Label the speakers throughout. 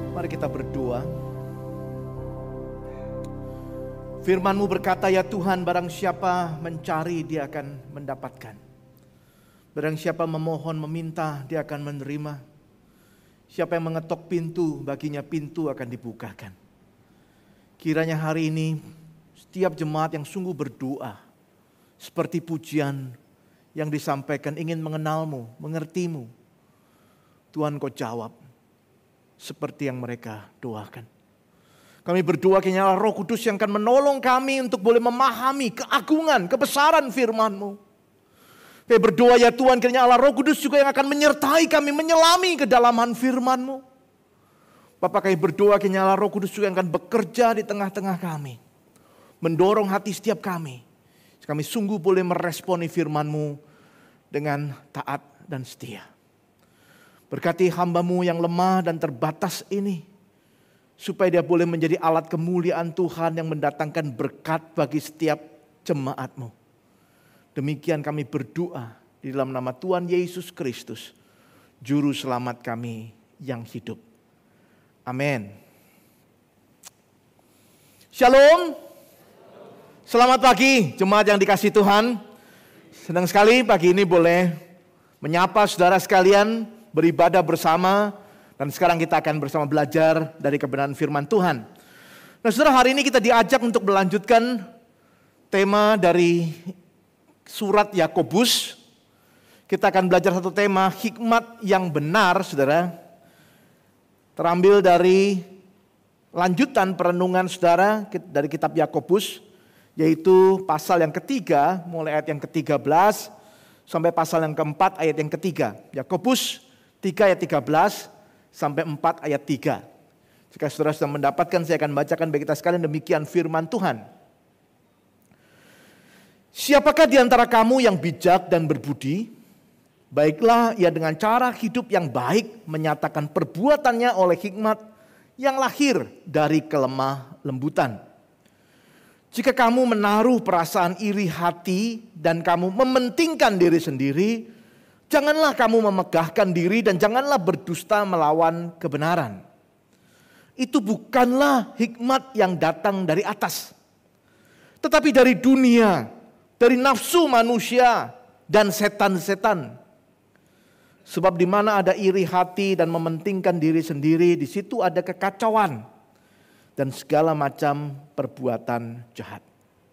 Speaker 1: Mari kita berdoa. Firman-Mu berkata, ya Tuhan, barang siapa mencari dia akan mendapatkan. Barang siapa memohon meminta dia akan menerima. Siapa yang mengetok pintu baginya pintu akan dibukakan. Kiranya hari ini setiap jemaat yang sungguh berdoa seperti pujian yang disampaikan ingin mengenal-Mu, mengerti-Mu. Tuhan Kau jawab seperti yang mereka doakan. Kami berdoa kiranya Roh Kudus yang akan menolong kami untuk boleh memahami keagungan, kebesaran firman-Mu. Kami berdoa ya Tuhan kiranya Allah Roh Kudus juga yang akan menyertai kami, menyelami kedalaman firman-Mu. Bapa kami berdoa kiranya Allah Roh Kudus juga yang akan bekerja di tengah-tengah kami. Mendorong hati setiap kami. Kami sungguh boleh meresponi firman-Mu dengan taat dan setia. Berkati hamba-Mu yang lemah dan terbatas ini. Supaya dia boleh menjadi alat kemuliaan Tuhan yang mendatangkan berkat bagi setiap jemaat-Mu. Demikian kami berdoa di dalam nama Tuhan Yesus Kristus, Juru Selamat kami yang hidup. Amin. Shalom. Selamat pagi jemaat yang dikasihi Tuhan. Senang sekali pagi ini boleh menyapa saudara sekalian, beribadah bersama. Dan sekarang kita akan bersama belajar dari kebenaran firman Tuhan. Nah saudara, hari ini kita diajak untuk melanjutkan tema dari surat Yakobus. Kita akan belajar satu tema, hikmat yang benar, saudara. Terambil dari lanjutan perenungan saudara dari kitab Yakobus. Yaitu pasal yang ketiga, mulai ayat yang ke-13 sampai pasal yang keempat ayat yang ketiga. Yakobus 3 ayat 13 sampai 4 ayat 3. Jika saudara sudah mendapatkan, saya akan bacakan bagi kita sekalian demikian firman Tuhan. Siapakah di antara kamu yang bijak dan berbudi? Baiklah ia dengan cara hidup yang baik menyatakan perbuatannya oleh hikmat yang lahir dari kelemah lembutan. Jika kamu menaruh perasaan iri hati dan kamu mementingkan diri sendiri, janganlah kamu memegahkan diri dan janganlah berdusta melawan kebenaran. Itu bukanlah hikmat yang datang dari atas, tetapi dari dunia, dari nafsu manusia dan setan-setan. Sebab di mana ada iri hati dan mementingkan diri sendiri, di situ ada kekacauan dan segala macam perbuatan jahat.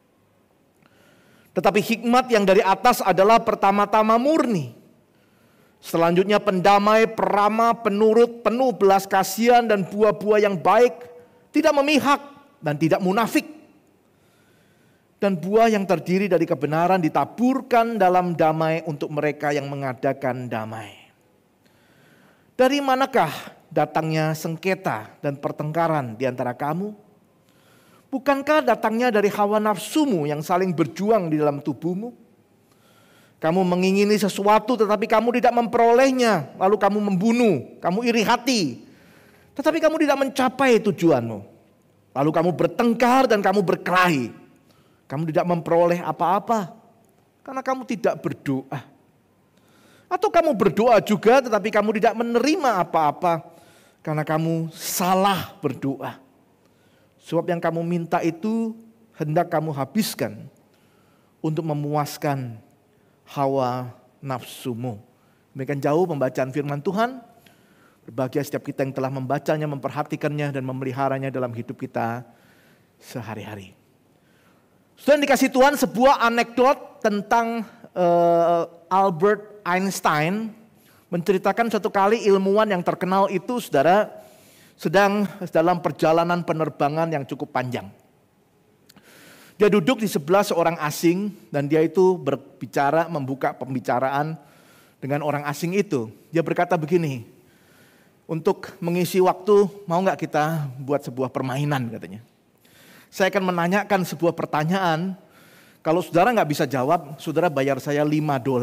Speaker 1: Tetapi hikmat yang dari atas adalah pertama-tama murni. Selanjutnya pendamai, peramah, penurut, penuh belas kasihan dan buah-buah yang baik, tidak memihak dan tidak munafik. Dan buah yang terdiri dari kebenaran ditaburkan dalam damai untuk mereka yang mengadakan damai. Dari manakah datangnya sengketa dan pertengkaran di antara kamu? Bukankah datangnya dari hawa nafsumu yang saling berjuang di dalam tubuhmu? Kamu mengingini sesuatu tetapi kamu tidak memperolehnya. Lalu kamu membunuh, kamu iri hati. Tetapi kamu tidak mencapai tujuanmu. Lalu kamu bertengkar dan kamu berkelahi. Kamu tidak memperoleh apa-apa. Karena kamu tidak berdoa. Atau kamu berdoa juga tetapi kamu tidak menerima apa-apa. Karena kamu salah berdoa. Sebab yang kamu minta itu hendak kamu habiskan untuk memuaskan hawa nafsumu. Demikian jauh pembacaan firman Tuhan. Berbahagia setiap kita yang telah membacanya, memperhatikannya dan memeliharanya dalam hidup kita sehari-hari. Sudah dikasih Tuhan sebuah anekdot tentang Albert Einstein. Menceritakan suatu kali ilmuwan yang terkenal itu saudara sedang dalam perjalanan penerbangan yang cukup panjang. Dia duduk di sebelah seorang asing dan dia itu berbicara, membuka pembicaraan dengan orang asing itu. Dia berkata begini, untuk mengisi waktu mau gak kita buat sebuah permainan katanya. Saya akan menanyakan sebuah pertanyaan, kalau saudara gak bisa jawab, saudara bayar saya $5.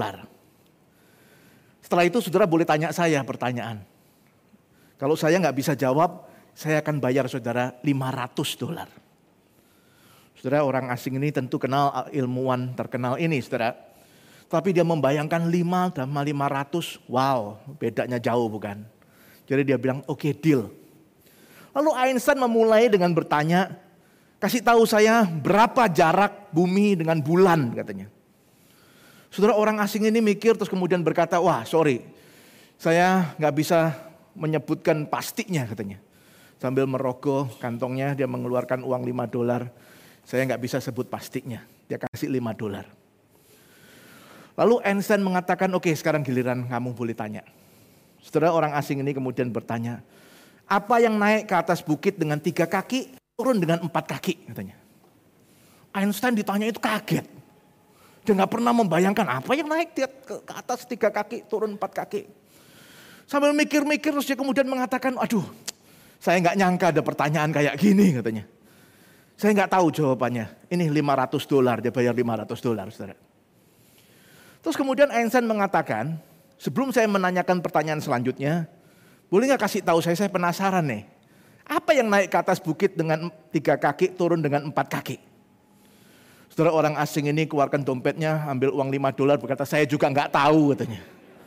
Speaker 1: Setelah itu saudara boleh tanya saya pertanyaan. Kalau saya gak bisa jawab, saya akan bayar saudara $500. Saudara, orang asing ini tentu kenal ilmuwan terkenal ini, saudara. Tapi dia membayangkan 5 sama 500, wow, bedanya jauh bukan? Jadi dia bilang, oke, deal. Lalu Einstein memulai dengan bertanya, kasih tahu saya berapa jarak bumi dengan bulan katanya. Saudara, orang asing ini mikir terus kemudian berkata, wah sorry, saya gak bisa menyebutkan pastinya katanya. Sambil merogoh kantongnya dia mengeluarkan uang $5. Saya gak bisa sebut pastinya, dia kasih $5. Lalu Einstein mengatakan, oke, sekarang giliran kamu boleh tanya. Saudara, orang asing ini kemudian bertanya, apa yang naik ke atas bukit dengan 3 kaki, turun dengan 4 kaki katanya. Einstein ditanya itu kaget. Dia gak pernah membayangkan apa yang naik ke atas 3 kaki, turun 4 kaki. Sambil mikir-mikir terus dia kemudian mengatakan, aduh, saya gak nyangka ada pertanyaan kayak gini katanya. Saya gak tahu jawabannya. Ini $500, dia bayar $500, saudara. Terus kemudian Einstein mengatakan, sebelum saya menanyakan pertanyaan selanjutnya, boleh gak kasih tahu saya penasaran nih. Apa yang naik ke atas bukit dengan 3 kaki, turun dengan 4 kaki? Saudara, orang asing ini keluarkan dompetnya, ambil uang $5, berkata, saya juga gak tahu katanya.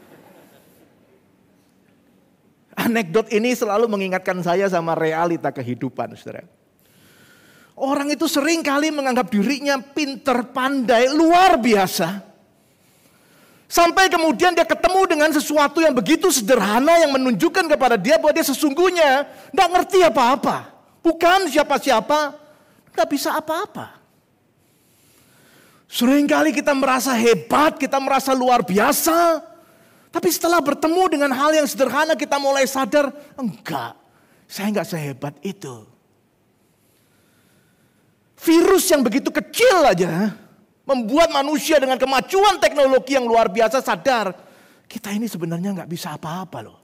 Speaker 1: Anekdot ini selalu mengingatkan saya sama realita kehidupan, saudara. Orang itu sering kali menganggap dirinya pinter, pandai, luar biasa. Sampai kemudian dia ketemu dengan sesuatu yang begitu sederhana yang menunjukkan kepada dia bahwa dia sesungguhnya tidak ngerti apa-apa. Bukan siapa-siapa, tidak bisa apa-apa. Seringkali kita merasa hebat, kita merasa luar biasa. Tapi setelah bertemu dengan hal yang sederhana kita mulai sadar, enggak, saya enggak sehebat itu. Virus yang begitu kecil aja membuat manusia dengan kemajuan teknologi yang luar biasa sadar, kita ini sebenarnya nggak bisa apa-apa loh.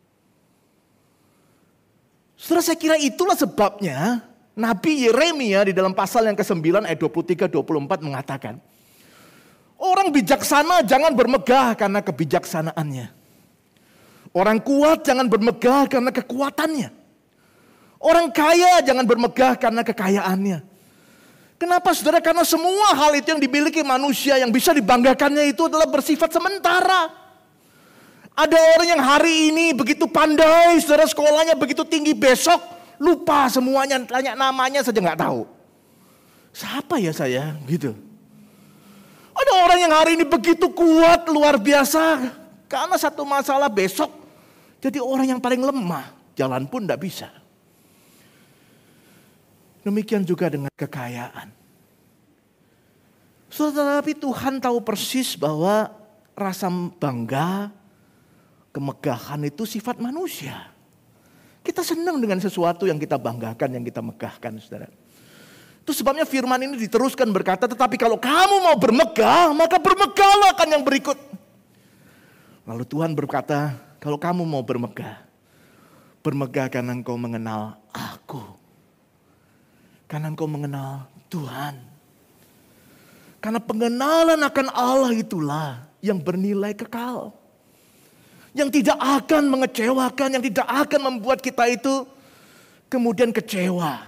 Speaker 1: Saudara, saya kira itulah sebabnya Nabi Yeremia di dalam pasal yang ke-9 ayat 23-24 mengatakan, orang bijaksana jangan bermegah karena kebijaksanaannya. Orang kuat jangan bermegah karena kekuatannya. Orang kaya jangan bermegah karena kekayaannya. Kenapa saudara? Karena semua hal itu yang dimiliki manusia yang bisa dibanggakannya itu adalah bersifat sementara. Ada orang yang hari ini begitu pandai, saudara, sekolahnya begitu tinggi, besok lupa semuanya, tanya namanya saja nggak tahu. Siapa ya saya? Gitu. Ada orang yang hari ini begitu kuat, luar biasa, karena satu masalah besok jadi orang yang paling lemah, jalan pun tidak bisa. Demikian juga dengan kekayaan. Tetapi Tuhan tahu persis bahwa rasa bangga, kemegahan itu sifat manusia. Kita senang dengan sesuatu yang kita banggakan, yang kita megahkan, saudara. Itu sebabnya firman ini diteruskan berkata, tetapi kalau kamu mau bermegah, maka bermegahlah akan yang berikut. Lalu Tuhan berkata, kalau kamu mau bermegah, bermegah karena engkau mengenal aku. Karena engkau mengenal Tuhan. Karena pengenalan akan Allah itulah yang bernilai kekal. Yang tidak akan mengecewakan, yang tidak akan membuat kita itu kemudian kecewa.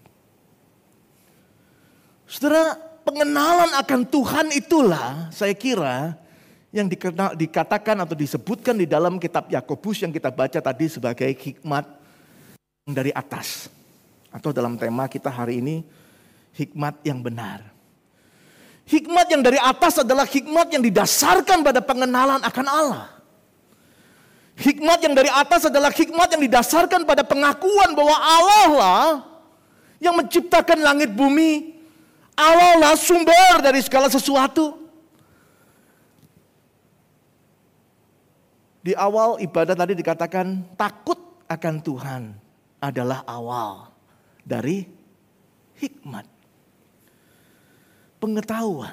Speaker 1: Saudara, pengenalan akan Tuhan itulah saya kira yang dikatakan atau disebutkan di dalam kitab Yakobus yang kita baca tadi sebagai hikmat dari atas. Atau dalam tema kita hari ini, hikmat yang benar. Hikmat yang dari atas adalah hikmat yang didasarkan pada pengenalan akan Allah. Hikmat yang dari atas adalah hikmat yang didasarkan pada pengakuan bahwa Allah lah yang menciptakan langit bumi. Allah lah sumber dari segala sesuatu. Di awal ibadah tadi dikatakan takut akan Tuhan adalah awal dari hikmat, pengetahuan.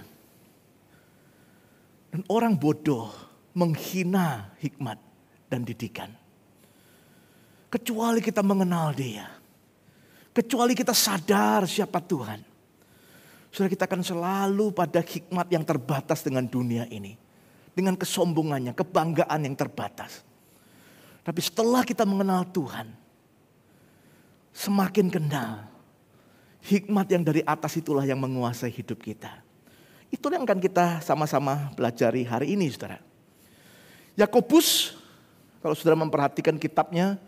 Speaker 1: Dan orang bodoh menghina hikmat dan didikan. Kecuali kita mengenal Dia. Kecuali kita sadar siapa Tuhan. Saudara, kita akan selalu pada hikmat yang terbatas dengan dunia ini. Dengan kesombongannya, kebanggaan yang terbatas. Tapi setelah kita mengenal Tuhan, semakin kenal hikmat yang dari atas itulah yang menguasai hidup kita. Itulah yang akan kita sama-sama pelajari hari ini, saudara. Yakobus, kalau saudara memperhatikan kitabnya,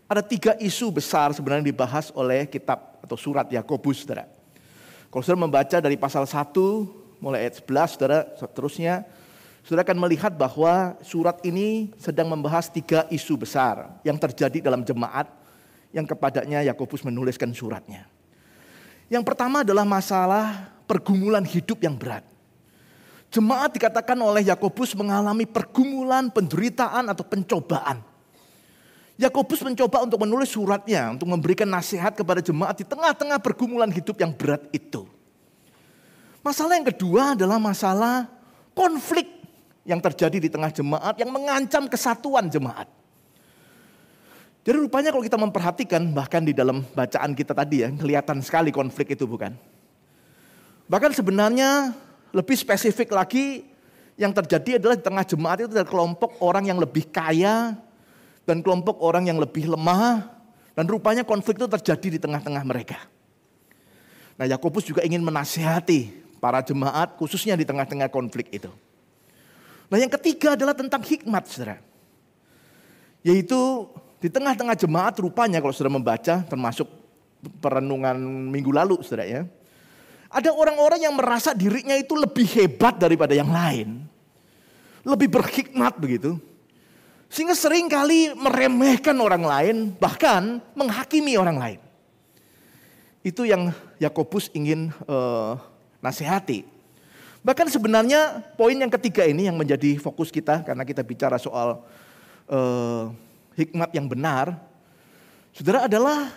Speaker 1: Ada 3 isu besar sebenarnya dibahas oleh kitab atau surat Yakobus, saudara. Kalau saudara membaca dari pasal 1 mulai ayat 11, saudara, seterusnya, saudara akan melihat bahwa surat ini sedang membahas 3 isu besar yang terjadi dalam jemaat yang kepadanya Yakobus menuliskan suratnya. Yang pertama adalah masalah pergumulan hidup yang berat. Jemaat dikatakan oleh Yakobus mengalami pergumulan, penderitaan atau pencobaan. Yakobus mencoba untuk menulis suratnya, untuk memberikan nasihat kepada jemaat di tengah-tengah pergumulan hidup yang berat itu. Masalah yang kedua adalah masalah konflik yang terjadi di tengah jemaat yang mengancam kesatuan jemaat. Jadi rupanya kalau kita memperhatikan, bahkan di dalam bacaan kita tadi ya, kelihatan sekali konflik itu, bukan? Bahkan sebenarnya lebih spesifik lagi yang terjadi adalah di tengah jemaat itu ada kelompok orang yang lebih kaya dan kelompok orang yang lebih lemah, dan rupanya konflik itu terjadi di tengah-tengah mereka. Nah, Yakobus juga ingin menasihati para jemaat khususnya di tengah-tengah konflik itu. Nah, yang ketiga adalah tentang hikmat, saudara. Yaitu di tengah-tengah jemaat rupanya kalau saudara membaca termasuk perenungan minggu lalu, saudara ya. Ada orang-orang yang merasa dirinya itu lebih hebat daripada yang lain. Lebih berhikmat begitu. Sehingga seringkali meremehkan orang lain, bahkan menghakimi orang lain. Itu yang Yakobus ingin nasihati. Bahkan sebenarnya poin yang ketiga ini yang menjadi fokus kita karena kita bicara soal hikmat yang benar. Saudara, adalah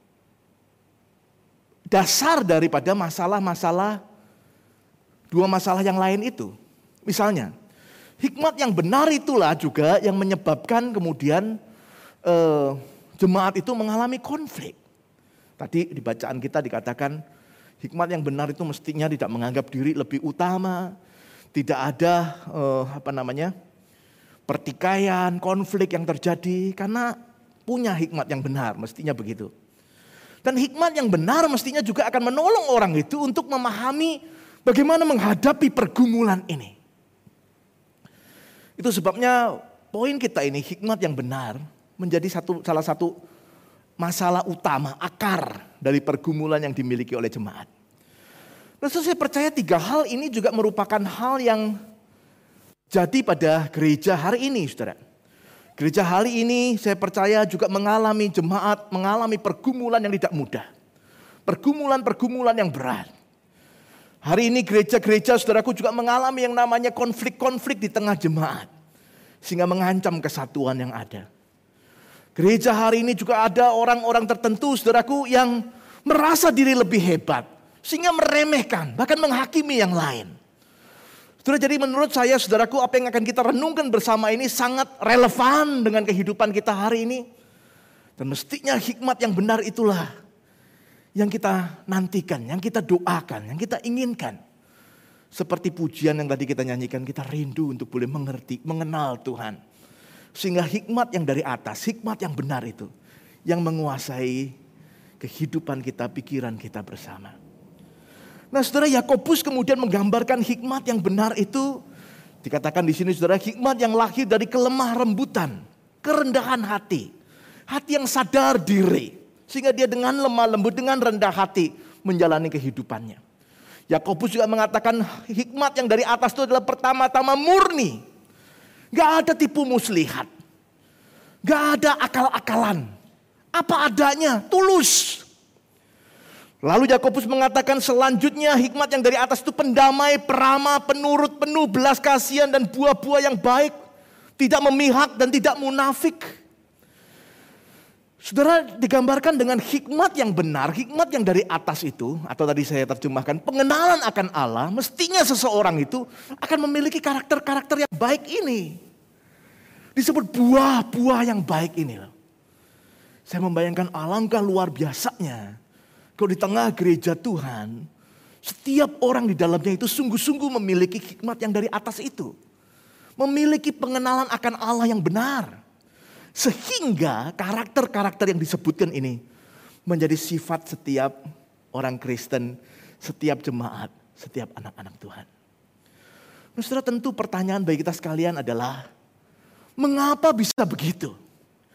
Speaker 1: dasar daripada masalah-masalah, 2 masalah yang lain itu. Misalnya, hikmat yang benar itulah juga yang menyebabkan kemudian jemaat itu mengalami konflik. Tadi di bacaan kita dikatakan hikmat yang benar itu mestinya tidak menganggap diri lebih utama, tidak ada pertikaian, konflik yang terjadi karena punya hikmat yang benar, mestinya begitu. Dan hikmat yang benar mestinya juga akan menolong orang itu untuk memahami bagaimana menghadapi pergumulan ini. Itu sebabnya poin kita ini, hikmat yang benar, menjadi salah satu masalah utama, akar dari pergumulan yang dimiliki oleh jemaat. Dan saya percaya 3 hal ini juga merupakan hal yang jadi pada gereja hari ini, saudara. Gereja hari ini saya percaya juga jemaat mengalami pergumulan yang tidak mudah. Pergumulan-pergumulan yang berat. Hari ini gereja-gereja saudaraku juga mengalami yang namanya konflik-konflik di tengah jemaat. Sehingga mengancam kesatuan yang ada. Gereja hari ini juga ada orang-orang tertentu saudaraku yang merasa diri lebih hebat. Sehingga meremehkan, bahkan menghakimi yang lain. Saudara, jadi menurut saya saudaraku apa yang akan kita renungkan bersama ini sangat relevan dengan kehidupan kita hari ini. Dan mestinya hikmat yang benar itulah yang kita nantikan, yang kita doakan, yang kita inginkan. Seperti pujian yang tadi kita nyanyikan, kita rindu untuk boleh mengerti, mengenal Tuhan. Sehingga hikmat yang dari atas, hikmat yang benar itu yang menguasai kehidupan kita, pikiran kita bersama. Nah, saudara, Yakobus kemudian menggambarkan hikmat yang benar itu dikatakan di sini, saudara, hikmat yang lahir dari kelemah rembutan, kerendahan hati, hati yang sadar diri, sehingga dia dengan lemah lembut, dengan rendah hati menjalani kehidupannya. Yakobus juga mengatakan hikmat yang dari atas itu adalah pertama-tama murni, gak ada tipu muslihat, gak ada akal-akalan, apa adanya, tulus. Lalu Yakobus mengatakan selanjutnya hikmat yang dari atas itu pendamai, peramah, penurut, penuh belas kasihan dan buah-buah yang baik, tidak memihak dan tidak munafik. Saudara, digambarkan dengan hikmat yang benar, hikmat yang dari atas itu, atau tadi saya terjemahkan pengenalan akan Allah, mestinya seseorang itu akan memiliki karakter-karakter yang baik ini. Disebut buah-buah yang baik ini. Saya membayangkan alangkah luar biasanya kalau di tengah gereja Tuhan, setiap orang di dalamnya itu sungguh-sungguh memiliki hikmat yang dari atas itu. Memiliki pengenalan akan Allah yang benar. Sehingga karakter-karakter yang disebutkan ini menjadi sifat setiap orang Kristen, setiap jemaat, setiap anak-anak Tuhan. Nah, saudara, tentu pertanyaan bagi kita sekalian adalah, mengapa bisa begitu?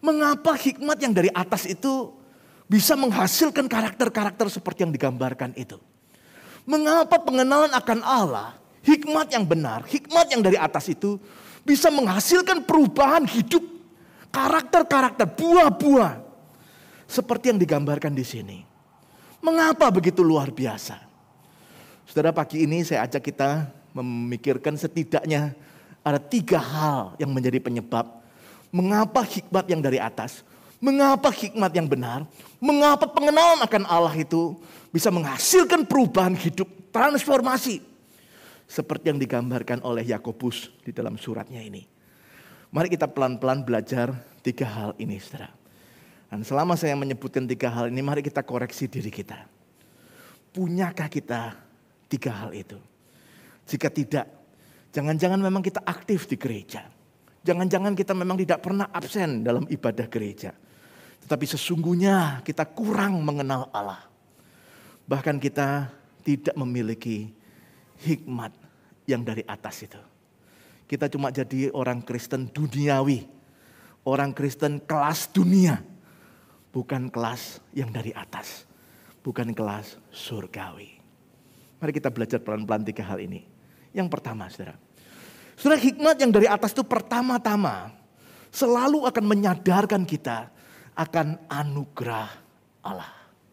Speaker 1: Mengapa hikmat yang dari atas itu bisa menghasilkan karakter-karakter seperti yang digambarkan itu? Mengapa pengenalan akan Allah, hikmat yang benar, hikmat yang dari atas itu bisa menghasilkan perubahan hidup, karakter-karakter, buah-buah seperti yang digambarkan di sini? Mengapa begitu luar biasa? Saudara, pagi ini saya ajak kita memikirkan setidaknya ada 3 hal yang menjadi penyebab mengapa hikmat yang dari atas, mengapa hikmat yang benar, mengapa pengenalan akan Allah itu bisa menghasilkan perubahan hidup, transformasi. Seperti yang digambarkan oleh Yakobus di dalam suratnya ini. Mari kita pelan-pelan belajar 3 hal ini, saudara. Dan selama saya menyebutkan 3 hal ini, mari kita koreksi diri kita. Punyakah kita 3 hal itu? Jika tidak, jangan-jangan memang kita aktif di gereja. Jangan-jangan kita memang tidak pernah absen dalam ibadah gereja. Tetapi sesungguhnya kita kurang mengenal Allah. Bahkan kita tidak memiliki hikmat yang dari atas itu. Kita cuma jadi orang Kristen duniawi. Orang Kristen kelas dunia. Bukan kelas yang dari atas. Bukan kelas surgawi. Mari kita belajar pelan-pelan 3 hal ini. Yang pertama, saudara. Saudara, hikmat yang dari atas itu pertama-tama selalu akan menyadarkan kita akan anugerah Allah.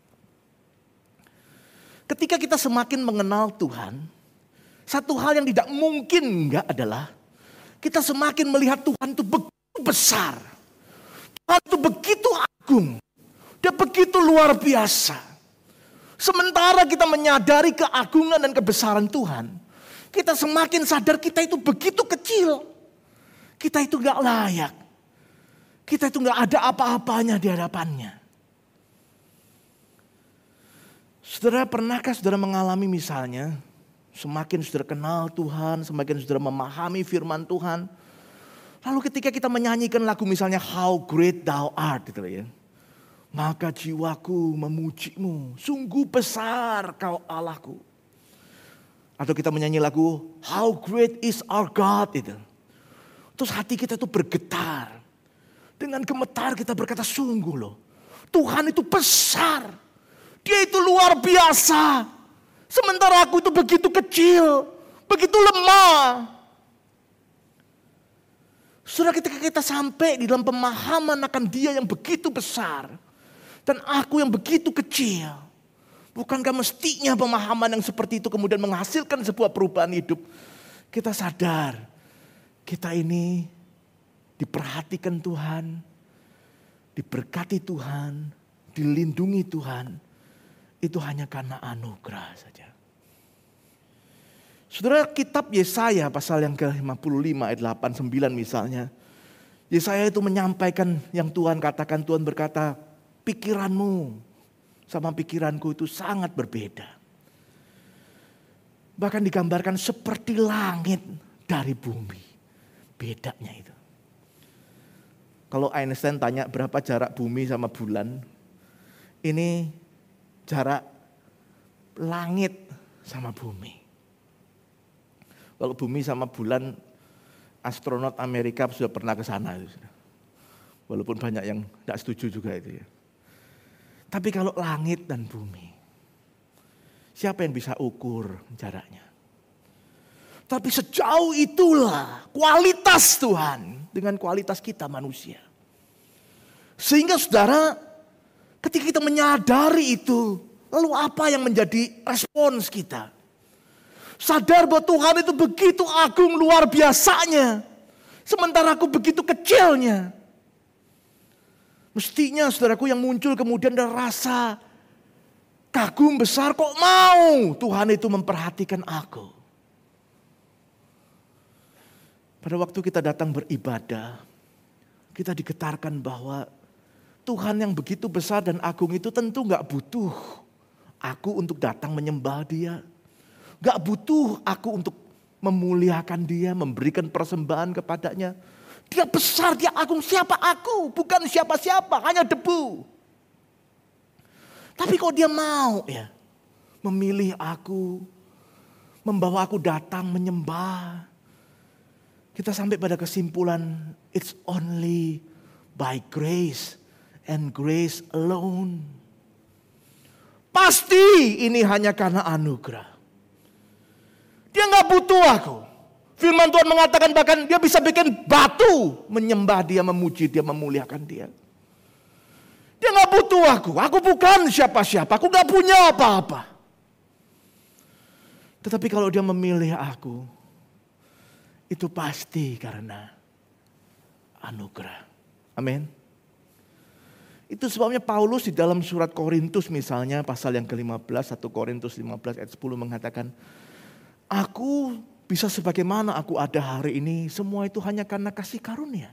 Speaker 1: Ketika kita semakin mengenal Tuhan, satu hal yang tidak mungkin enggak adalah kita semakin melihat Tuhan itu begitu besar. Tuhan itu begitu agung. Dia begitu luar biasa. Sementara kita menyadari keagungan dan kebesaran Tuhan, kita semakin sadar kita itu begitu kecil. Kita itu gak layak. Kita itu gak ada apa-apanya di hadapannya. Saudara, pernahkah saudara mengalami misalnya, semakin saudara kenal Tuhan, semakin saudara memahami firman Tuhan, lalu ketika kita menyanyikan lagu misalnya How Great Thou Art, gitu ya, maka jiwaku memujimu, sungguh besar kau Allahku. Atau kita menyanyi lagu How Great Is Our God, itu. Terus hati kita itu bergetar. Dengan gemetar kita berkata, sungguh loh, Tuhan itu besar. Dia itu luar biasa. Sementara aku itu begitu kecil, begitu lemah. Saudara, ketika kita sampai di dalam pemahaman akan Dia yang begitu besar dan aku yang begitu kecil, bukankah mestinya pemahaman yang seperti itu kemudian menghasilkan sebuah perubahan hidup? Kita sadar kita ini diperhatikan Tuhan, diberkati Tuhan, dilindungi Tuhan. Itu hanya karena anugerah saja. Saudara, kitab Yesaya pasal yang ke-55 ayat 8-9 misalnya. Yesaya itu menyampaikan yang Tuhan katakan, Tuhan berkata, pikiranmu sama pikiranku itu sangat berbeda. Bahkan digambarkan seperti langit dari bumi. Bedanya itu. Kalau Einstein tanya berapa jarak bumi sama bulan, ini jarak langit sama bumi. Kalau bumi sama bulan, astronot Amerika sudah pernah ke sana. Walaupun banyak yang tidak setuju juga itu ya. Tapi kalau langit dan bumi, siapa yang bisa ukur jaraknya? Tapi sejauh itulah kualitas Tuhan dengan kualitas kita manusia. Sehingga saudara, ketika kita menyadari itu, lalu apa yang menjadi respons kita? Sadar bahwa Tuhan itu begitu agung luar biasanya. Sementara aku begitu kecilnya. Mestinya saudaraku yang muncul kemudian ada rasa kagum besar, kok mau Tuhan itu memperhatikan aku. Pada waktu kita datang beribadah, kita digetarkan bahwa Tuhan yang begitu besar dan agung itu tentu gak butuh aku untuk datang menyembah Dia. Gak butuh aku untuk memuliakan Dia, memberikan persembahan kepadanya. Dia besar, Dia agung. Siapa aku? Bukan siapa-siapa, hanya debu. Tapi kok Dia mau ya memilih aku, membawa aku datang menyembah. Kita sampai pada kesimpulan, it's only by grace and grace alone. Pasti ini hanya karena anugerah. Dia gak butuh aku. Firman Tuhan mengatakan bahkan dia bisa bikin batu menyembah dia, memuji dia, memuliakan dia. Dia gak butuh aku. Aku bukan siapa-siapa. Aku gak punya apa-apa. Tetapi kalau dia memilih aku, itu pasti karena anugerah. Amin. Itu sebabnya Paulus di dalam surat Korintus misalnya pasal yang ke-15, 1 Korintus 15 ayat 10 mengatakan, aku bisa sebagaimana aku ada hari ini, semua itu hanya karena kasih karunia.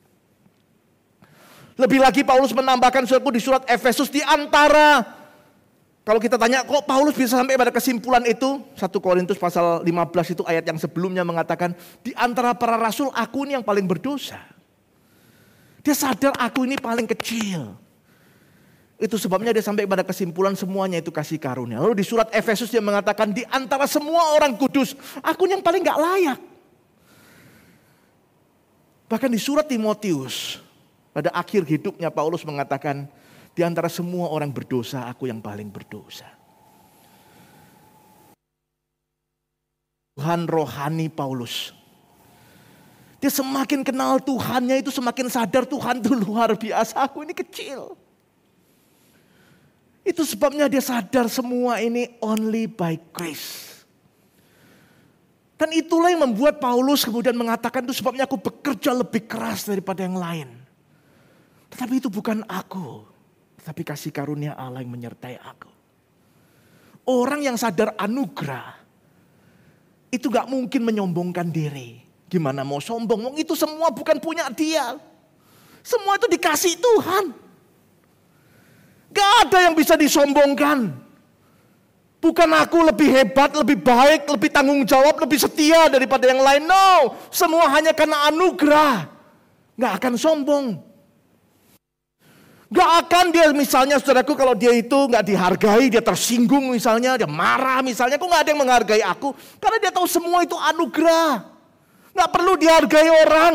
Speaker 1: Lebih lagi Paulus menambahkan di surat Efesus di antara, kalau kita tanya kok Paulus bisa sampai pada kesimpulan itu, 1 Korintus pasal 15 itu ayat yang sebelumnya mengatakan, di antara para rasul aku ini yang paling berdosa. Dia sadar aku ini paling kecil. Itu sebabnya dia sampai pada kesimpulan semuanya itu kasih karunia. Lalu di surat Efesus dia mengatakan di antara semua orang kudus, aku yang paling gak layak. Bahkan di surat Timotius, pada akhir hidupnya Paulus mengatakan, di antara semua orang berdosa, aku yang paling berdosa. Tuhan rohani Paulus. Dia semakin kenal Tuhannya itu semakin sadar Tuhan itu luar biasa, aku ini kecil. Itu sebabnya dia sadar semua ini only by grace. Dan itulah yang membuat Paulus kemudian mengatakan itu sebabnya aku bekerja lebih keras daripada yang lain. Tetapi itu bukan aku. Tetapi kasih karunia Allah yang menyertai aku. Orang yang sadar anugerah. Itu gak mungkin menyombongkan diri. Gimana mau sombong? Itu semua bukan punya dia. Semua itu dikasih Tuhan. Gak ada yang bisa disombongkan. Bukan aku lebih hebat, lebih baik, lebih tanggung jawab, lebih setia daripada yang lain. No, semua hanya karena anugerah. Gak akan sombong. Gak akan dia misalnya saudaraku kalau dia itu gak dihargai, dia tersinggung misalnya, dia marah misalnya. Kok gak ada yang menghargai aku? Karena dia tahu semua itu anugerah. Gak perlu dihargai orang.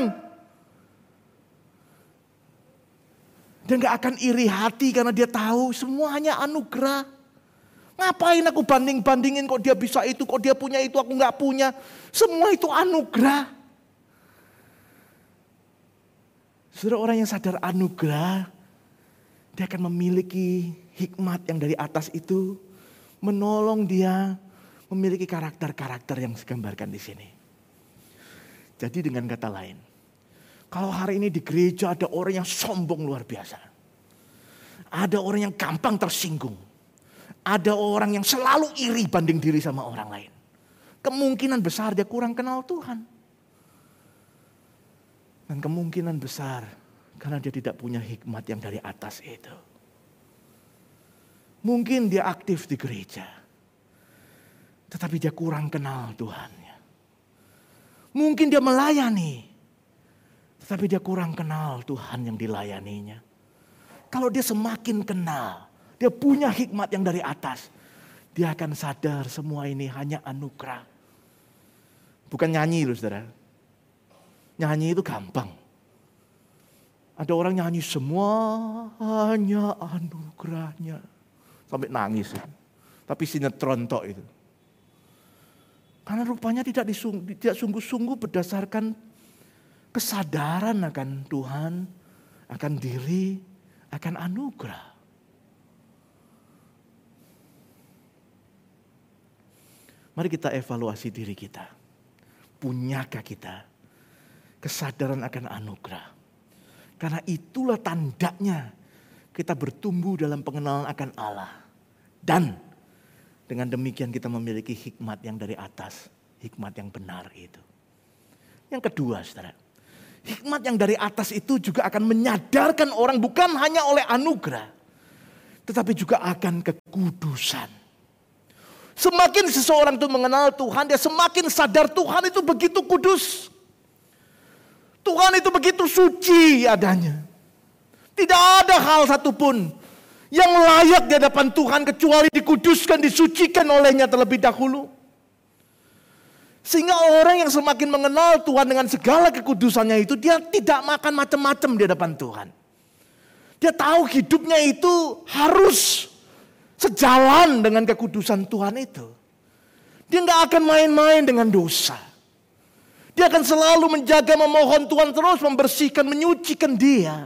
Speaker 1: Dia gak akan iri hati karena dia tahu semua hanya anugerah. Ngapain aku banding-bandingin kok dia bisa itu, kok dia punya itu, aku gak punya. Semua itu anugerah. Saudara, orang yang sadar anugerah, dia akan memiliki hikmat yang dari atas itu. Menolong dia memiliki karakter-karakter yang digambarkan di sini. Jadi dengan kata lain, kalau hari ini di gereja ada orang yang sombong luar biasa. Ada orang yang gampang tersinggung. Ada orang yang selalu iri banding diri sama orang lain. Kemungkinan besar dia kurang kenal Tuhan. Dan kemungkinan besar karena dia tidak punya hikmat yang dari atas itu. Mungkin dia aktif di gereja. Tetapi dia kurang kenal Tuhannya. Mungkin dia melayani. Tetapi dia kurang kenal Tuhan yang dilayaninya. Kalau dia semakin kenal, dia punya hikmat yang dari atas. Dia akan sadar semua ini hanya anugerah. Bukan nyanyi loh saudara. Nyanyi itu gampang. Ada orang nyanyi semua hanya anugerahnya. Sampai nangis. Tapi sinetron tok itu. Karena rupanya tidak sungguh-sungguh berdasarkan kesadaran akan Tuhan, akan diri, akan anugerah. Mari kita evaluasi diri kita. Punyakah kita kesadaran akan anugerah? Karena itulah tandanya kita bertumbuh dalam pengenalan akan Allah. Dan dengan demikian kita memiliki hikmat yang dari atas. Hikmat yang benar itu. Yang kedua saudara. Hikmat yang dari atas itu juga akan menyadarkan orang bukan hanya oleh anugerah. Tetapi juga akan kekudusan. Semakin seseorang itu mengenal Tuhan, dia semakin sadar Tuhan itu begitu kudus. Tuhan itu begitu suci adanya. Tidak ada hal satupun yang layak di hadapan Tuhan kecuali dikuduskan, disucikan olehnya terlebih dahulu. Sehingga orang yang semakin mengenal Tuhan dengan segala kekudusannya itu, dia tidak makan macam-macam di hadapan Tuhan. Dia tahu hidupnya itu harus sejalan dengan kekudusan Tuhan itu. Dia nggak akan main-main dengan dosa. Dia akan selalu menjaga, memohon Tuhan terus membersihkan, menyucikan dia.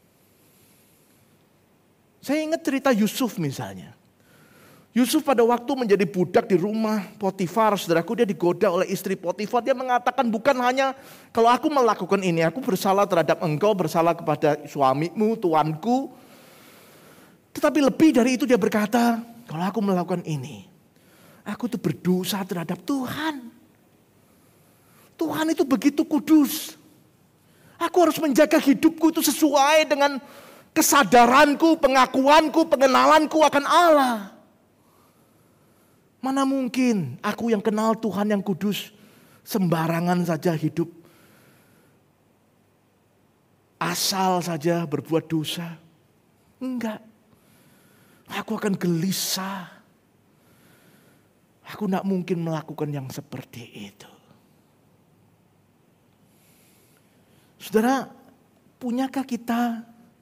Speaker 1: Saya ingat cerita Yusuf misalnya. Yusuf pada waktu menjadi budak di rumah Potifar, saudaraku, dia digoda oleh istri Potifar. Dia mengatakan bukan hanya kalau aku melakukan ini, aku bersalah terhadap engkau, bersalah kepada suamimu, tuanku. Tetapi lebih dari itu dia berkata, kalau aku melakukan ini, aku tuh berdosa terhadap Tuhan. Tuhan itu begitu kudus. Aku harus menjaga hidupku itu sesuai dengan kesadaranku, pengakuanku, pengenalanku akan Allah. Mana mungkin aku yang kenal Tuhan yang kudus sembarangan saja hidup. Asal saja berbuat dosa. Enggak. Aku akan gelisah. Aku tidak mungkin melakukan yang seperti itu. Saudara, punyakah kita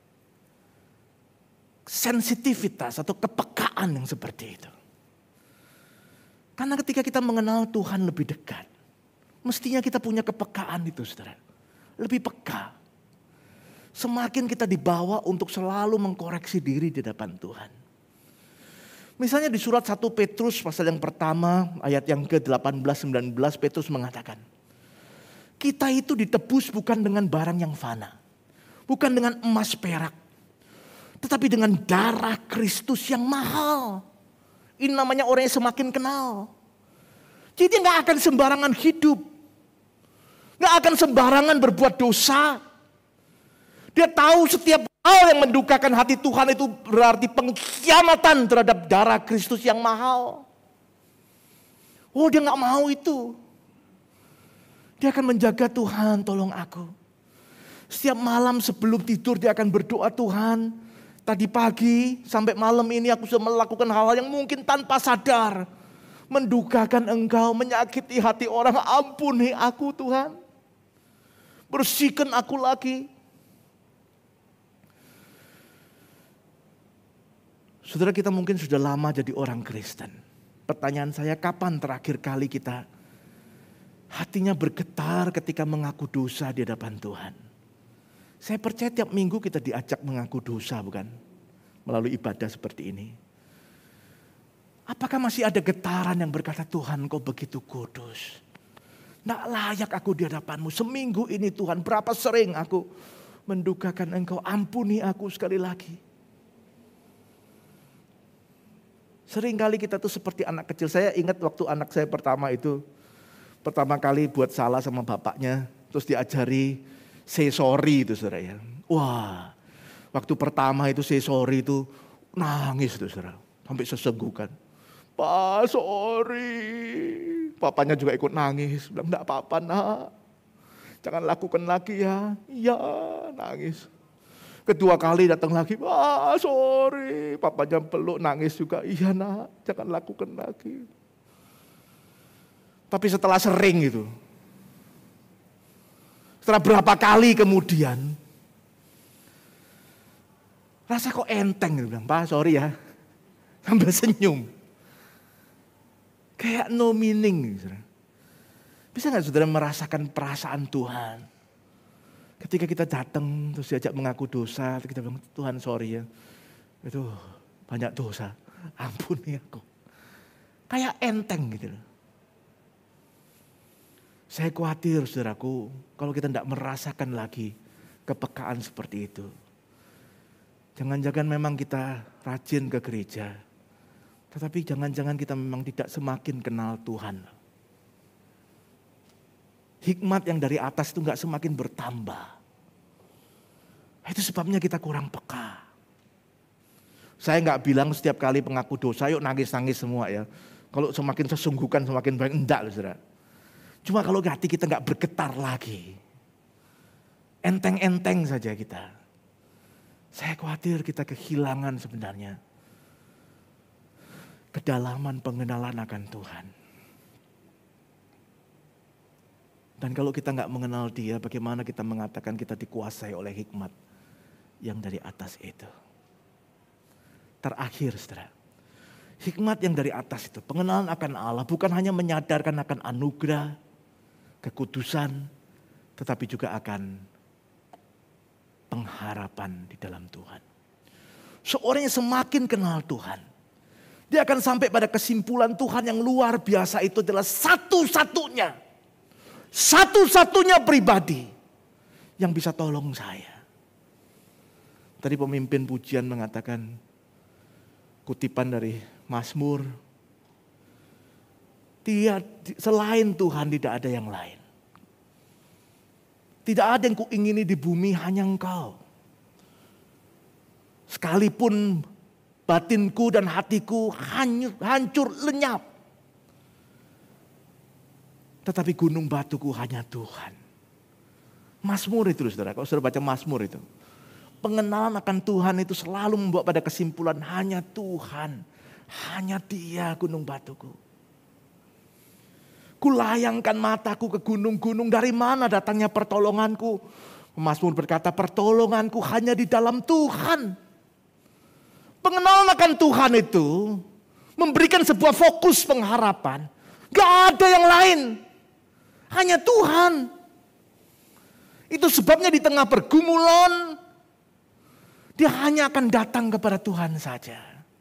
Speaker 1: sensitivitas atau kepekaan yang seperti itu? Karena ketika kita mengenal Tuhan lebih dekat, mestinya kita punya kepekaan itu, saudara. Lebih peka. Semakin kita dibawa untuk selalu mengkoreksi diri di hadapan Tuhan. Misalnya di surat 1 Petrus pasal yang pertama, ayat yang ke-18-19, Petrus mengatakan, kita itu ditebus bukan dengan barang yang fana, bukan dengan emas perak, tetapi dengan darah Kristus yang mahal. Ini namanya orang yang semakin kenal. Jadi dia gak akan sembarangan hidup. Gak akan sembarangan berbuat dosa. Dia tahu setiap hal yang mendukakan hati Tuhan itu berarti pengkhianatan terhadap darah Kristus yang mahal. Oh, dia gak mau itu. Dia akan menjaga, Tuhan tolong aku. Setiap malam sebelum tidur dia akan berdoa, Tuhan, tadi pagi sampai malam ini aku sudah melakukan hal-hal yang mungkin tanpa sadar mendukakan Engkau, menyakiti hati orang. Ampuni aku, Tuhan. Bersihkan aku lagi. Saudara, kita mungkin sudah lama jadi orang Kristen. Pertanyaan saya, kapan terakhir kali kita hatinya bergetar ketika mengaku dosa di hadapan Tuhan? Saya percaya tiap minggu kita diajak mengaku dosa, bukan? Melalui ibadah seperti ini. Apakah masih ada getaran yang berkata, Tuhan kau begitu kudus. Tidak layak aku di hadapanmu. Seminggu ini Tuhan, berapa sering aku mendukakan Engkau. Ampuni aku sekali lagi. Seringkali kita tuh seperti anak kecil. Saya ingat waktu anak saya pertama kali buat salah sama bapaknya. Terus diajari say sorry itu, saudara ya. Wah, waktu pertama itu say sorry itu nangis itu, saudara. Sampai sesenggukan. Pak, sorry. Papanya juga ikut nangis. Bilang, enggak apa-apa nak. Jangan lakukan lagi ya. Iya, nangis. Kedua kali datang lagi. Pak, sorry. Papanya peluk, nangis juga. Iya nak, jangan lakukan lagi. Tapi setelah sering itu. Setelah berapa kali kemudian, rasa kok enteng gitu, bilang, Pak sorry ya, sambil senyum. Kayak no meaning. Saudara. Bisa gak saudara merasakan perasaan Tuhan? Ketika kita datang terus diajak mengaku dosa, kita bilang Tuhan sorry ya, itu banyak dosa, ampuni aku. Kayak enteng gitu loh. Saya khawatir saudaraku, kalau kita tidak merasakan lagi kepekaan seperti itu. Jangan-jangan memang kita rajin ke gereja, tetapi jangan-jangan kita memang tidak semakin kenal Tuhan. Hikmat yang dari atas itu gak semakin bertambah. Itu sebabnya kita kurang peka. Saya gak bilang setiap kali pengaku dosa, yuk nangis-nangis semua ya. Kalau semakin sesungguhkan semakin baik, enggak loh saudara. Cuma kalau hati kita gak bergetar lagi. Enteng-enteng saja kita. Saya khawatir kita kehilangan sebenarnya kedalaman pengenalan akan Tuhan. Dan kalau kita nggak mengenal Dia, bagaimana kita mengatakan kita dikuasai oleh hikmat yang dari atas itu? Terakhir, saudara, hikmat yang dari atas itu, pengenalan akan Allah bukan hanya menyadarkan akan anugerah, kekudusan, tetapi juga akan pengharapan di dalam Tuhan. Seorang yang semakin kenal Tuhan, dia akan sampai pada kesimpulan Tuhan yang luar biasa itu adalah satu-satunya pribadi yang bisa tolong saya. Tadi pemimpin pujian mengatakan kutipan dari Mazmur, selain Tuhan tidak ada yang lain. Tidak ada yang kuingini di bumi, hanya Engkau. Sekalipun batinku dan hatiku hancur lenyap, tetapi gunung batuku hanya Tuhan. Mazmur itu, saudara. Kalau saudara baca Mazmur itu, pengenalan akan Tuhan itu selalu membawa pada kesimpulan hanya Tuhan, hanya Dia gunung batuku. Kulayangkan mataku ke gunung-gunung, dari mana datangnya pertolonganku? Mazmur berkata, pertolonganku hanya di dalam Tuhan. Pengenalan akan Tuhan itu memberikan sebuah fokus pengharapan. Gak ada yang lain, hanya Tuhan. Itu sebabnya di tengah pergumulan, dia hanya akan datang kepada Tuhan saja.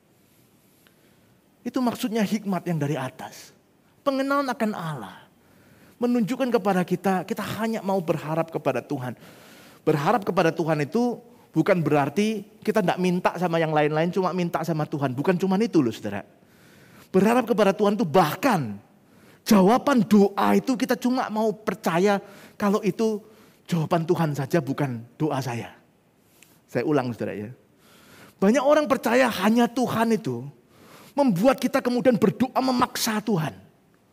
Speaker 1: Itu maksudnya hikmat yang dari atas. Pengenalan akan Allah menunjukkan kepada kita, kita hanya mau berharap kepada Tuhan. Berharap kepada Tuhan itu bukan berarti kita tidak minta sama yang lain-lain, cuma minta sama Tuhan. Bukan cuma itu loh, saudara. Berharap kepada Tuhan itu bahkan jawaban doa itu kita cuma mau percaya kalau itu jawaban Tuhan saja, bukan doa saya. Saya ulang, saudara ya. Banyak orang percaya hanya Tuhan itu membuat kita kemudian berdoa memaksa Tuhan.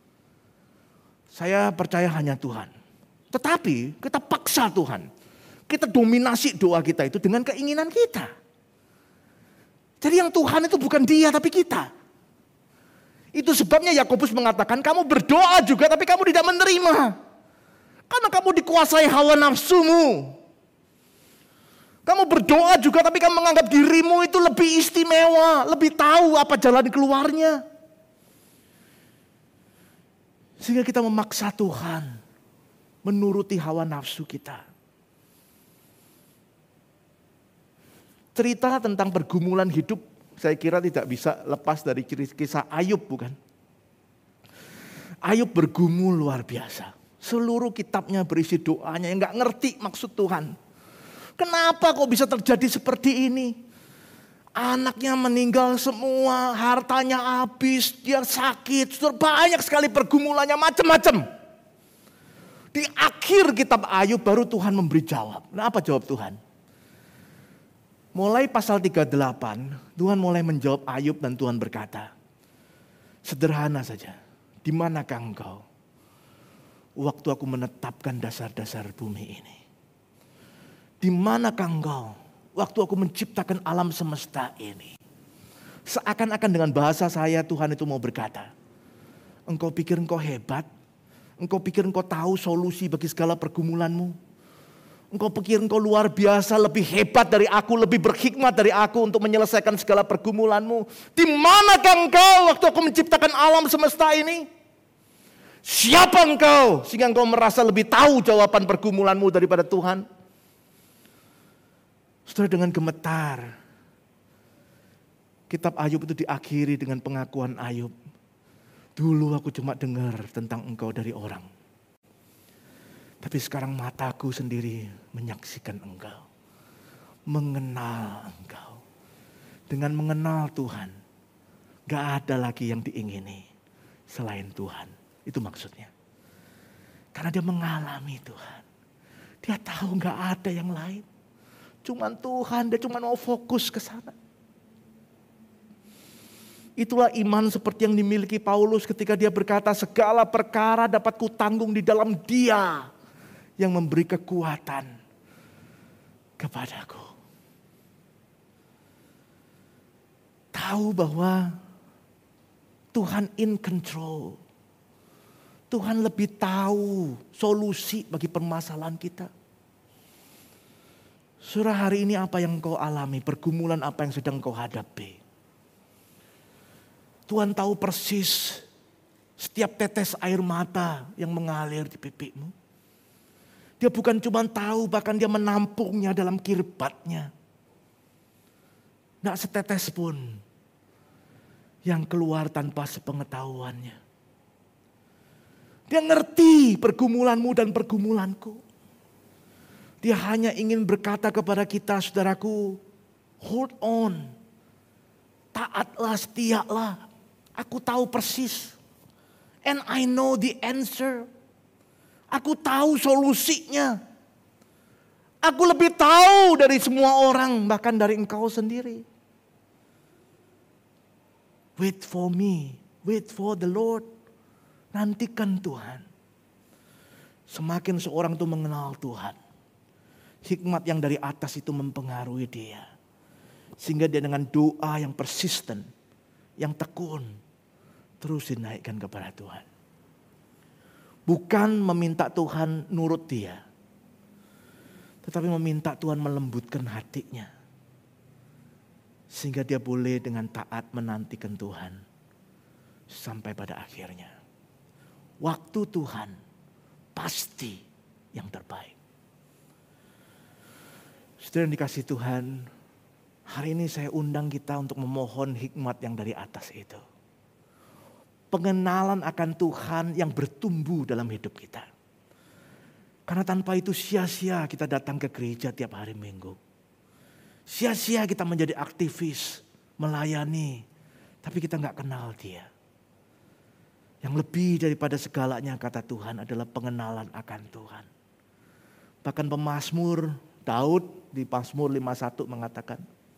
Speaker 1: Saya percaya hanya Tuhan. Tetapi kita paksa Tuhan. Kita dominasi doa kita itu dengan keinginan kita. Jadi yang Tuhan itu bukan Dia tapi kita. Itu sebabnya Yakobus mengatakan kamu berdoa juga tapi kamu tidak menerima. Karena kamu dikuasai hawa nafsumu. Kamu berdoa juga tapi kamu menganggap dirimu itu lebih istimewa. Lebih tahu apa jalan keluarnya. Sehingga kita memaksa Tuhan menuruti hawa nafsu kita. Cerita tentang pergumulan hidup saya kira tidak bisa lepas dari kisah Ayub, bukan? Ayub bergumul luar biasa. Seluruh kitabnya berisi doanya yang gak ngerti maksud Tuhan. Kenapa kok bisa terjadi seperti ini? Anaknya meninggal semua, hartanya habis, dia sakit, banyak sekali pergumulannya macam-macam. Di akhir kitab Ayub baru Tuhan memberi jawab. Nah, apa jawab Tuhan? Mulai pasal 38, Tuhan mulai menjawab Ayub dan Tuhan berkata, sederhana saja, di manakah engkau waktu aku menetapkan dasar-dasar bumi ini? Di manakah engkau waktu aku menciptakan alam semesta ini? Seakan-akan dengan bahasa saya Tuhan itu mau berkata, engkau pikir engkau hebat? Engkau pikir engkau tahu solusi bagi segala pergumulanmu? Engkau pikir engkau luar biasa, lebih hebat dari aku, lebih berhikmat dari aku untuk menyelesaikan segala pergumulanmu? Di manakah engkau waktu aku menciptakan alam semesta ini? Siapa engkau sehingga engkau merasa lebih tahu jawaban pergumulanmu daripada Tuhan? Saudara, dengan gemetar kitab Ayub itu diakhiri dengan pengakuan Ayub. Dulu aku cuma dengar tentang engkau dari orang. Tapi sekarang mataku sendiri menyaksikan engkau. Mengenal engkau. Dengan mengenal Tuhan, gak ada lagi yang diingini selain Tuhan. Itu maksudnya. Karena dia mengalami Tuhan. Dia tahu gak ada yang lain. Cuman Tuhan, dia cuma mau fokus ke sana. Itulah iman seperti yang dimiliki Paulus ketika dia berkata, segala perkara dapat kutanggung di dalam Dia yang memberi kekuatan kepadaku. Tahu bahwa Tuhan in control. Tuhan lebih tahu solusi bagi permasalahan kita. Saudara, hari ini apa yang kau alami, pergumulan apa yang sedang kau hadapi. Tuhan tahu persis setiap tetes air mata yang mengalir di pipimu. Dia bukan cuma tahu, bahkan dia menampungnya dalam kirbatnya. Tidak setetes pun yang keluar tanpa sepengetahuannya. Dia ngerti pergumulanmu dan pergumulanku. Dia hanya ingin berkata kepada kita, saudaraku, hold on. Taatlah, setialah. Aku tahu persis. And I know the answer. Aku tahu solusinya. Aku lebih tahu dari semua orang, bahkan dari engkau sendiri. Wait for me, wait for the Lord. Nantikan Tuhan. Semakin seorang itu mengenal Tuhan, hikmat yang dari atas itu mempengaruhi dia. Sehingga dia dengan doa yang persisten, yang tekun, terus dinaikkan kepada Tuhan. Bukan meminta Tuhan nurut dia, tetapi meminta Tuhan melembutkan hatinya. Sehingga dia boleh dengan taat menantikan Tuhan sampai pada akhirnya. Waktu Tuhan pasti yang terbaik. Saudara yang dikasihi Tuhan, hari ini saya undang kita untuk memohon hikmat yang dari atas itu. Pengenalan akan Tuhan yang bertumbuh dalam hidup kita. Karena tanpa itu sia-sia kita datang ke gereja tiap hari Minggu. Sia-sia kita menjadi aktivis, melayani, tapi kita gak kenal Dia. Yang lebih daripada segalanya kata Tuhan adalah pengenalan akan Tuhan. Bahkan pemazmur Daud di Mazmur 51 mengatakan,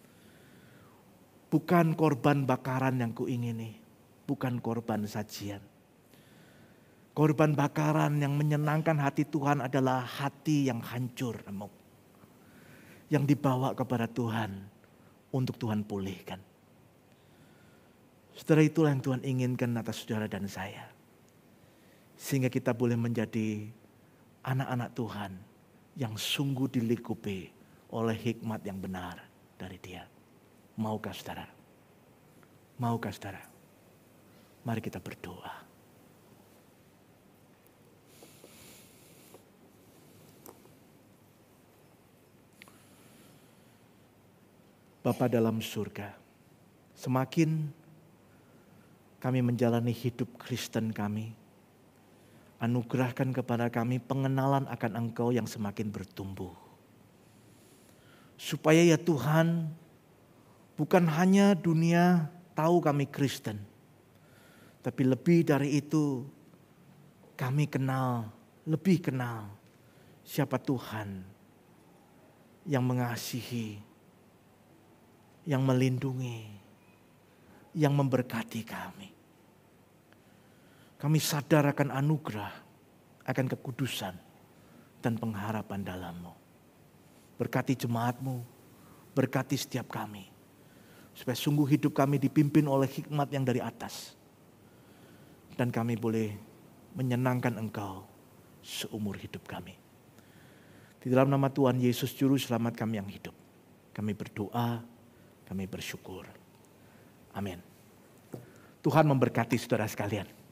Speaker 1: bukan korban bakaran yang kuingini, bukan korban sajian. Korban bakaran yang menyenangkan hati Tuhan adalah hati yang hancur, remuk. Yang dibawa kepada Tuhan untuk Tuhan pulihkan. Saudara, itulah yang Tuhan inginkan atas saudara dan saya. Sehingga kita boleh menjadi anak-anak Tuhan yang sungguh dilingkupi oleh hikmat yang benar dari Dia. Maukah saudara? Maukah saudara? Mari kita berdoa. Bapa dalam surga, semakin kami menjalani hidup Kristen kami, anugerahkan kepada kami pengenalan akan Engkau yang semakin bertumbuh. Supaya ya Tuhan, bukan hanya dunia tahu kami Kristen, tapi lebih dari itu kami kenal, lebih kenal siapa Tuhan yang mengasihi, yang melindungi, yang memberkati kami. Kami sadar akan anugerah, akan kekudusan dan pengharapan dalam-Mu. Berkati jemaat-Mu, berkati setiap kami. Supaya sungguh hidup kami dipimpin oleh hikmat yang dari atas. Dan kami boleh menyenangkan Engkau seumur hidup kami. Di dalam nama Tuhan Yesus Juru Selamat kami yang hidup, kami berdoa, kami bersyukur. Amin. Tuhan memberkati saudara sekalian.